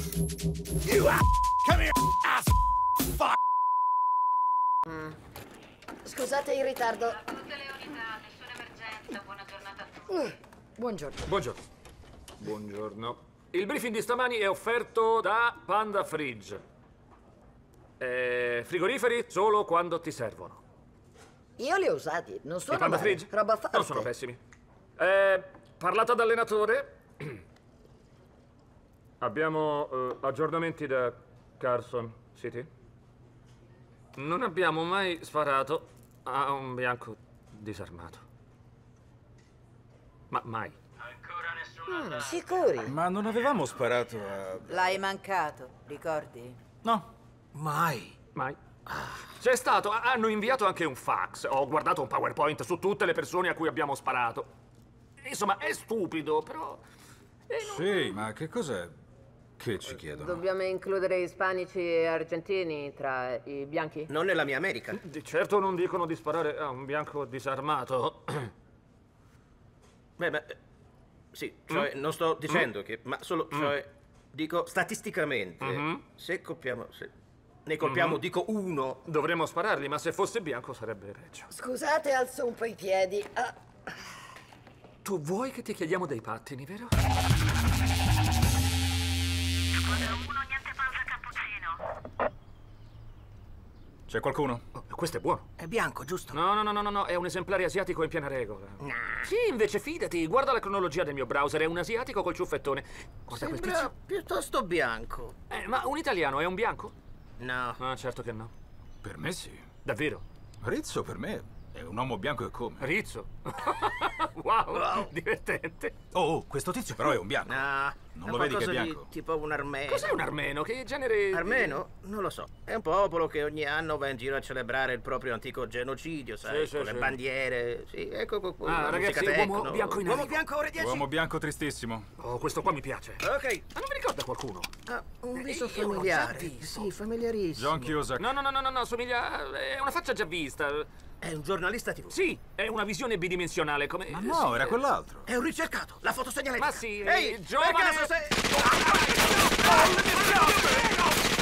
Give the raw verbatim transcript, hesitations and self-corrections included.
You ass! Come here, ass! Fuck! Mm. Scusate il ritardo. Tutte le unità, nessuna emergenza, buona giornata a tutti. Mm. Buongiorno. Buongiorno. Buongiorno. Il briefing di stamani è offerto da Panda Fridge. Eh, frigoriferi solo quando ti servono. Io li ho usati, non sono I Panda male. Fridge? Roba forte. Non sono pessimi. Eh, parlato ad allenatore. Abbiamo eh, aggiornamenti da Carson City. Non abbiamo mai sparato a un bianco disarmato. Ma mai. Ancora nessuno. Mm, sicuri? Ma non avevamo sparato a... L'hai mancato, ricordi? No, mai. Mai. C'è stato, hanno inviato anche un fax. Ho guardato un PowerPoint su tutte le persone a cui abbiamo sparato. Insomma, è stupido, però... eh, non- Sì, ma che cos'è che ci chiedono? Dobbiamo includere ispanici e argentini tra i bianchi? Non nella mia America. Di certo non dicono di sparare a un bianco disarmato. Beh, ma... eh, Sì, cioè, non sto dicendo che... Ma solo, cioè... Dico, statisticamente, Mm-hmm. se colpiamo... Se ne colpiamo, dico, uno... Dovremmo spararli, ma se fosse bianco sarebbe peggio. Scusate, alzo un po' i piedi. Ah, Tu vuoi che ti chiediamo dei pattini, vero? Squadra uno, niente pausa cappuccino. C'è qualcuno? Oh, questo è buono. È bianco, giusto? No, no, no, no, no, no, è un esemplare asiatico in piena regola. Sì, invece fidati, guarda la cronologia del mio browser, è un asiatico col ciuffettone. Guarda quel Sembra tizio. piuttosto bianco. Eh, ma un italiano è un bianco? No. Ah, certo che no. Per me sì. Davvero? Rizzo per me è un uomo bianco e come. Rizzo. wow, Wow. divertente. Oh, oh, questo tizio però è un bianco. No. Non è lo vedi che è qualcosa bianco? Di, tipo un armeno. Cos'è un armeno? Che genere... di- Armeno? Non lo so. È un popolo che ogni anno va in giro a celebrare il proprio antico genocidio, sai? sì, con sì. le bandiere. Sì, ecco qua. Ah, la ragazzi, musica uomo techno. bianco in Uomo arrivo. bianco, ore dieci. Uomo bianco tristissimo. Oh, questo qua mi piace. Ok. Ma non mi ricorda qualcuno? Ah, un viso io l'ho già familiare. visto. Sì, familiarissimo. John Cusack. No, no, no, no, no, no, somiglia... È una faccia già vista. È un giornalista tivù. Sì, è una visione bidimensionale, come... Ma no, sì, era eh, quell'altro. È un ricercato. La fotosegnaletica. Ma sì, Ehi, giovane- per caso sei...